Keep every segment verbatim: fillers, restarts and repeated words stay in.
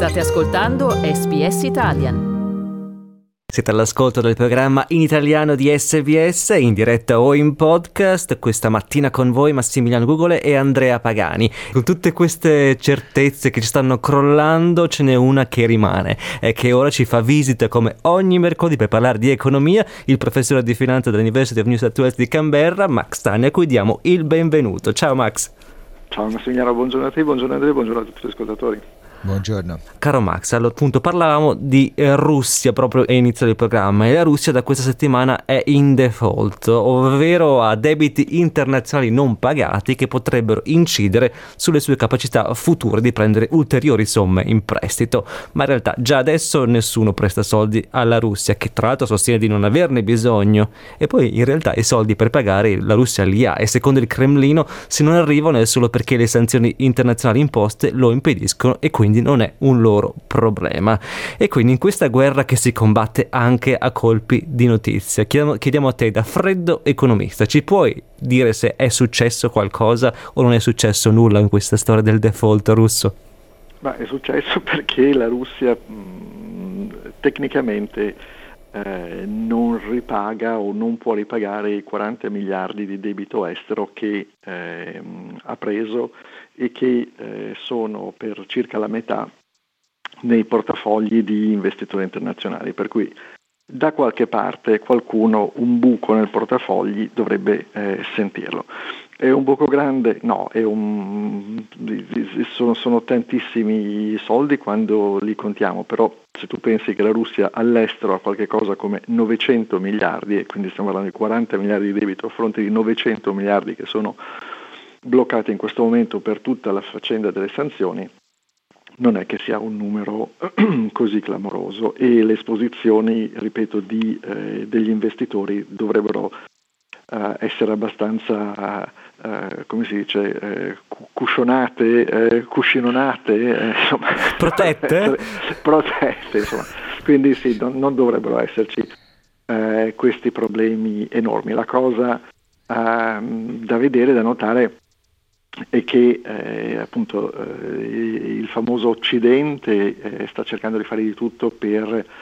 State ascoltando S B S Italian. Siete all'ascolto del programma in italiano di S B S, in diretta o in podcast. Questa mattina con voi Massimiliano Gugole e Andrea Pagani. Con tutte queste certezze che ci stanno crollando, ce n'è una che rimane e che ora ci fa visita come ogni mercoledì per parlare di economia, il professore di finanza dell'University of New South Wales di Canberra, Max Tani, a cui diamo il benvenuto. Ciao Max. Ciao Massimiliano, buongiorno a te, buongiorno Andrea, buongiorno a tutti gli ascoltatori. Buongiorno. Caro Max, allora appunto parlavamo di eh, Russia proprio all'inizio del programma, e la Russia da questa settimana è in default, ovvero ha debiti internazionali non pagati che potrebbero incidere sulle sue capacità future di prendere ulteriori somme in prestito. Ma in realtà già adesso nessuno presta soldi alla Russia, che tra l'altro sostiene di non averne bisogno, e poi in realtà i soldi per pagare la Russia li ha, e secondo il Cremlino se non arrivano è solo perché le sanzioni internazionali imposte lo impediscono e quindi non è un loro problema. E quindi in questa guerra che si combatte anche a colpi di notizie, chiediamo, chiediamo a te, da freddo economista, ci puoi dire se è successo qualcosa o non è successo nulla in questa storia del default russo? Ma è successo perché la Russia mh, tecnicamente eh, non ripaga o non può ripagare i quaranta miliardi di debito estero che eh, ha preso e che eh, sono per circa la metà nei portafogli di investitori internazionali, per cui da qualche parte qualcuno un buco nel portafogli dovrebbe eh, sentirlo. È un buco grande? No, è un, sono, sono tantissimi soldi quando li contiamo, però se tu pensi che la Russia all'estero ha qualche cosa come novecento miliardi, e quindi stiamo parlando di quaranta miliardi di debito a fronte di novecento miliardi che sono bloccati in questo momento per tutta la faccenda delle sanzioni, non è che sia un numero così clamoroso, e le esposizioni, ripeto, di, eh, degli investitori dovrebbero eh, essere abbastanza, eh, come si dice, eh, cuscionate, eh, cuscinonate, eh, insomma, protette? protette, insomma. Quindi sì, non, non dovrebbero esserci eh, questi problemi enormi. La cosa eh, da vedere, da notare, e che eh, appunto eh, il famoso Occidente eh, sta cercando di fare di tutto per eh,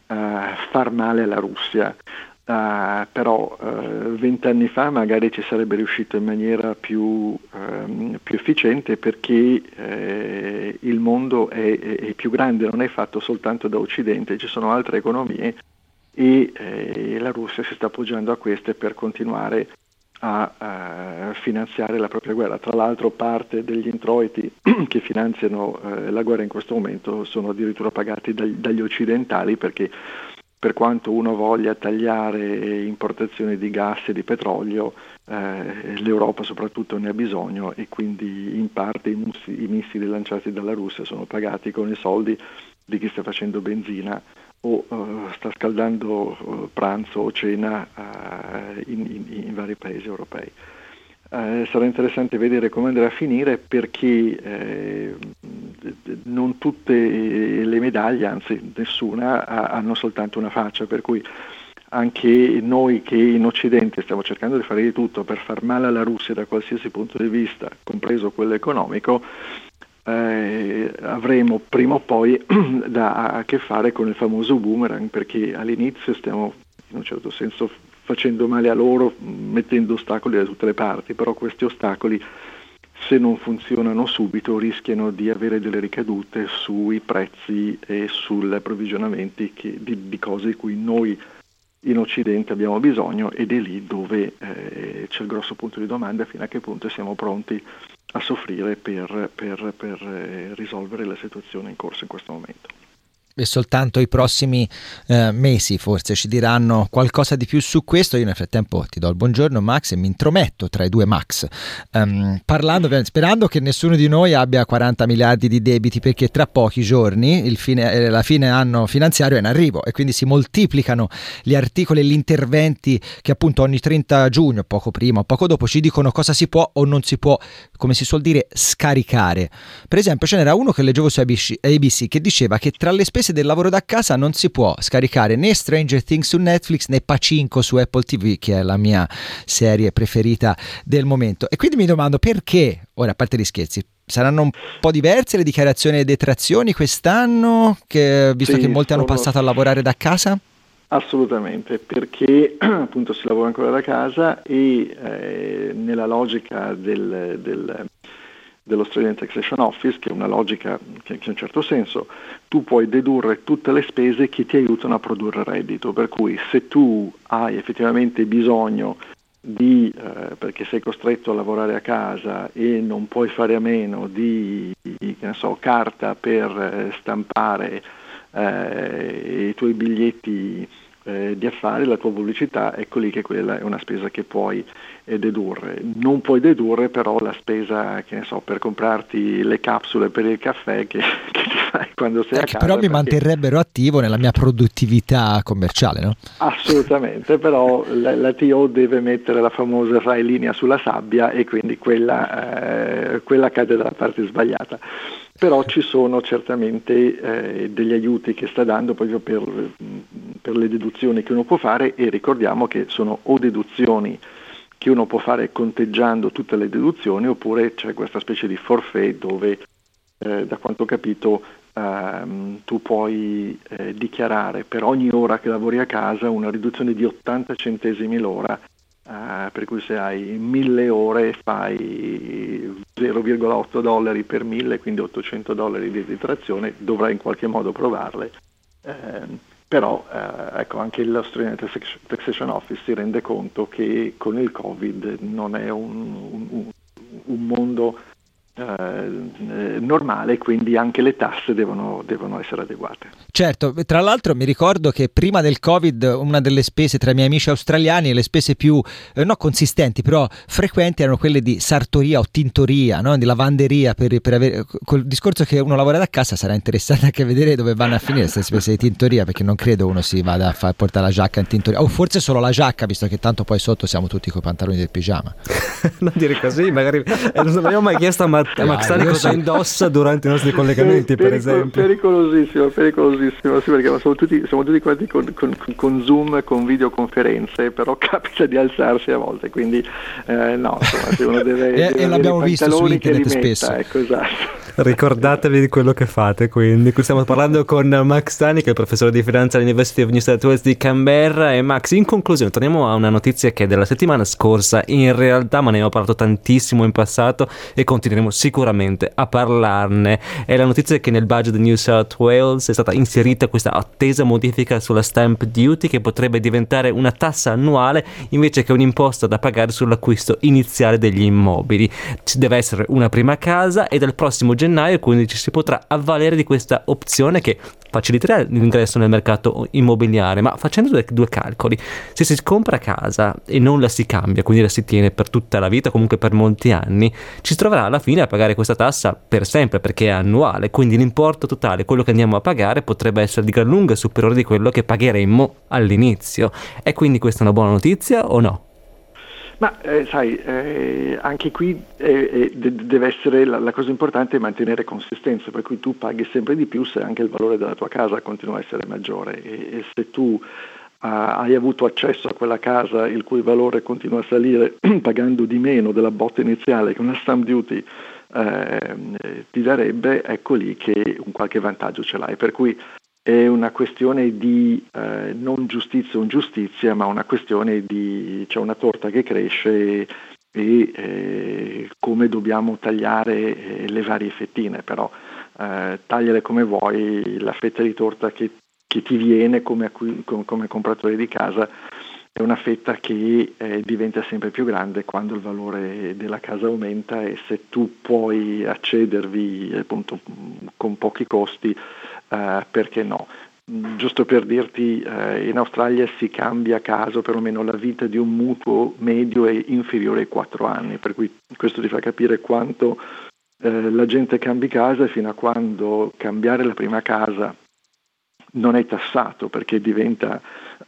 far male alla Russia, uh, però vent'anni uh, fa magari ci sarebbe riuscito in maniera più, um, più efficiente, perché eh, il mondo è, è più grande, non è fatto soltanto da Occidente, ci sono altre economie e eh, la Russia si sta appoggiando a queste per continuare a uh, finanziare la propria guerra. Tra l'altro parte degli introiti che finanziano uh, la guerra in questo momento sono addirittura pagati dagli, dagli occidentali, perché per quanto uno voglia tagliare importazioni di gas e di petrolio, uh, l'Europa soprattutto ne ha bisogno, e quindi in parte i, mussi, i missili lanciati dalla Russia sono pagati con i soldi di chi sta facendo benzina o uh, sta scaldando uh, pranzo o cena uh, in, in, in vari paesi europei. Uh, sarà interessante vedere come andrà a finire, perché eh, non tutte le medaglie, anzi nessuna, ha, hanno soltanto una faccia, per cui anche noi che in Occidente stiamo cercando di fare di tutto per far male alla Russia da qualsiasi punto di vista, compreso quello economico, Eh, avremo prima o poi da, a che fare con il famoso boomerang, perché all'inizio stiamo in un certo senso facendo male a loro, mettendo ostacoli da tutte le parti, però questi ostacoli, se non funzionano subito, rischiano di avere delle ricadute sui prezzi e sugli approvvigionamenti che, di, di cose di cui noi in Occidente abbiamo bisogno, ed è lì dove eh, c'è il grosso punto di domanda, fino a che punto siamo pronti a soffrire per, per, per eh, risolvere la situazione in corso in questo momento. E soltanto i prossimi eh, mesi forse ci diranno qualcosa di più su questo. Io nel frattempo ti do il buongiorno Max e mi intrometto tra i due Max, um, parlando, sperando che nessuno di noi abbia quaranta miliardi di debiti, perché tra pochi giorni il fine, eh, la fine anno finanziario è in arrivo, e quindi si moltiplicano gli articoli e gli interventi che appunto ogni trenta giugno, poco prima o poco dopo, ci dicono cosa si può o non si può, come si suol dire, scaricare. Per esempio ce n'era uno che leggevo su A B C che diceva che tra le spese del lavoro da casa non si può scaricare né Stranger Things su Netflix né Pachinko su Apple T V, che è la mia serie preferita del momento. E quindi mi domando perché, ora a parte gli scherzi, saranno un po' diverse le dichiarazioni e detrazioni quest'anno, che, visto sì, che molti sono... hanno passato a lavorare da casa? Assolutamente, perché appunto si lavora ancora da casa e eh, nella logica del, del, dell'Australian Taxation Office, che è una logica che, che in un certo senso tu puoi dedurre tutte le spese che ti aiutano a produrre reddito, per cui se tu hai effettivamente bisogno di, eh, perché sei costretto a lavorare a casa e non puoi fare a meno di, di che ne so, carta per eh, stampare Eh, i tuoi biglietti eh, di affari, la tua pubblicità, ecco lì che quella è una spesa che puoi eh, dedurre. Non puoi dedurre però la spesa, che ne so, per comprarti le capsule per il caffè che, che ti fai quando sei eh, a che casa. Però mi perché... manterrebbero attivo nella mia produttività commerciale, no? Assolutamente, però la, la T O deve mettere la famosa sai, linea sulla sabbia e quindi quella, eh, quella cade dalla parte sbagliata. Però ci sono certamente eh, degli aiuti che sta dando proprio per, per le deduzioni che uno può fare, e ricordiamo che sono o deduzioni che uno può fare conteggiando tutte le deduzioni, oppure c'è questa specie di forfait dove eh, da quanto ho capito ehm, tu puoi eh, dichiarare per ogni ora che lavori a casa una riduzione di ottanta centesimi l'ora. Uh, per cui se hai mille ore fai zero virgola otto dollari per mille, quindi ottocento dollari di detrazione, dovrai in qualche modo provarle. Uh, però uh, ecco, anche l'Australian Taxation Office si rende conto che con il Covid non è un, un, un mondo Uh, normale, quindi anche le tasse devono, devono essere adeguate. Certo, tra l'altro mi ricordo che prima del Covid una delle spese tra i miei amici australiani, le spese più eh, no consistenti però frequenti, erano quelle di sartoria o tintoria, no? Di lavanderia, per, per avere col discorso che uno lavora da casa sarà interessato anche a vedere dove vanno a finire queste spese di tintoria, perché non credo uno si vada a far portare la giacca in tintoria, o forse solo la giacca, visto che tanto poi sotto siamo tutti coi pantaloni del pigiama. Non dire così, magari eh, non abbiamo mai chiesto a, Matt- a Max Stani cosa indossa durante i nostri collegamenti, per Pericolo, esempio. Pericolosissimo, pericolosissimo, sì, perché siamo tutti, siamo tutti quanti con, con, con Zoom, con videoconferenze, però capita di alzarsi a volte, quindi eh, no, insomma, se uno deve, e, deve e l'abbiamo visto su internet spesso. Metta, ecco, esatto. Ricordatevi di quello che fate, quindi qui stiamo parlando con Max Stani, che è il professore di finanza all'University of New South Wales di Canberra. E Max, in conclusione torniamo a una notizia che è della settimana scorsa in realtà, ma ne ho parlato tantissimo in passato e continueremo sicuramente a parlarne. È la notizia che nel budget di New South Wales è stata inserita questa attesa modifica sulla stamp duty, che potrebbe diventare una tassa annuale invece che un'imposta da pagare sull'acquisto iniziale degli immobili. Ci deve essere una prima casa e dal prossimo gennaio quindi ci si potrà avvalere di questa opzione che faciliterà l'ingresso nel mercato immobiliare. Ma facendo due, due calcoli, se si compra casa e non la si cambia, quindi la si tiene per tutta la vita, comunque per molti anni, ci si troverà alla fine a pagare questa tassa per sempre, perché è annuale, quindi l'importo totale, quello che andiamo a pagare, potrebbe essere di gran lunga superiore di quello che pagheremmo all'inizio. E quindi questa è una buona notizia o no? Ma eh, sai, eh, anche qui eh, eh, deve essere la, la cosa importante è mantenere consistenza, per cui tu paghi sempre di più se anche il valore della tua casa continua a essere maggiore, e, e se tu ah, hai avuto accesso a quella casa il cui valore continua a salire pagando di meno della botta iniziale che una stamp duty eh, ti darebbe, ecco lì che un qualche vantaggio ce l'hai, per cui è una questione di eh, non giustizia o ingiustizia, ma una questione di c'è una torta che cresce e eh, come dobbiamo tagliare eh, le varie fettine, però eh, tagliale come vuoi, la fetta di torta che, che ti viene come, acqu- come, come compratore di casa è una fetta che eh, diventa sempre più grande quando il valore della casa aumenta, e se tu puoi accedervi appunto con pochi costi, Uh, perché no? Giusto per dirti, uh, in Australia si cambia casa, perlomeno la vita di un mutuo medio è inferiore ai quattro anni, per cui questo ti fa capire quanto uh, la gente cambi casa, e fino a quando cambiare la prima casa non è tassato, perché diventa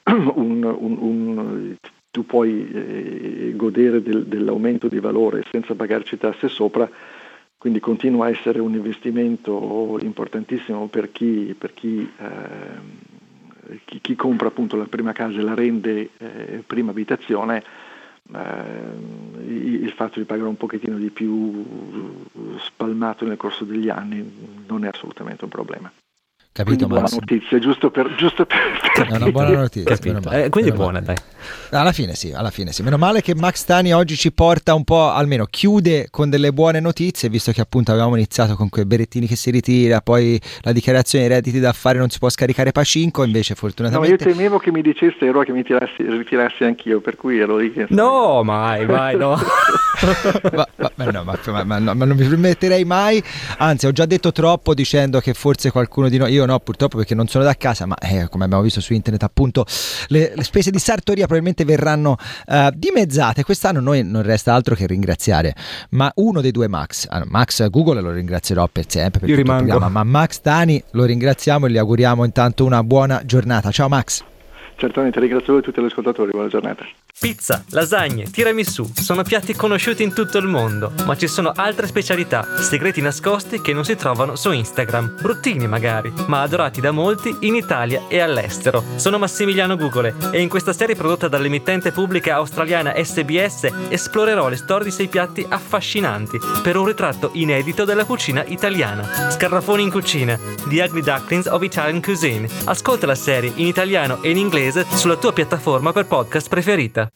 un, un, un tu puoi eh, godere del, dell'aumento di valore senza pagarci tasse sopra. Quindi continua a essere un investimento importantissimo per chi, per chi, eh, chi, chi compra appunto la prima casa e la rende eh, prima abitazione, eh, il fatto di pagare un pochettino di più spalmato nel corso degli anni non è assolutamente un problema. Capito, buona notizia, giusto per, giusto per è una buona notizia, meno male, eh, quindi meno buona, male. dai. Alla fine sì, alla fine sì. Meno male che Max Tani oggi ci porta un po', almeno chiude con delle buone notizie, visto che appunto avevamo iniziato con quei Berrettini che si ritira, poi la dichiarazione dei redditi da fare non si può scaricare Pacinco, invece fortunatamente... No, io temevo che mi diceste ero che mi tirassi, ritirassi anch'io, per cui ero lì che... No, mai, mai, no. ma, ma, no, ma, ma, ma, no, ma non mi permetterei mai, anzi ho già detto troppo dicendo che forse qualcuno di noi, io no purtroppo perché non sono da casa, ma eh, come abbiamo visto su internet appunto le, le spese di sartoria probabilmente verranno uh, dimezzate. Quest'anno noi non resta altro che ringraziare ma uno dei due Max, ah, Max Google lo ringrazierò per sempre per io tutto il rimango, programma, ma Max Tani lo ringraziamo e gli auguriamo intanto una buona giornata. Ciao Max. Certamente, ringrazio voi e tutti gli ascoltatori, buona giornata. Pizza, lasagne, tiramisù sono piatti conosciuti in tutto il mondo, ma ci sono altre specialità, segreti nascosti che non si trovano su Instagram, bruttini magari, ma adorati da molti in Italia e all'estero. Sono Massimiliano Gugole e in questa serie prodotta dall'emittente pubblica australiana S B S esplorerò le storie di sei piatti affascinanti per un ritratto inedito della cucina italiana. Scarafoni in cucina, The Ugly Ducklings of Italian Cuisine. Ascolta la serie in italiano e in inglese sulla tua piattaforma per podcast preferita.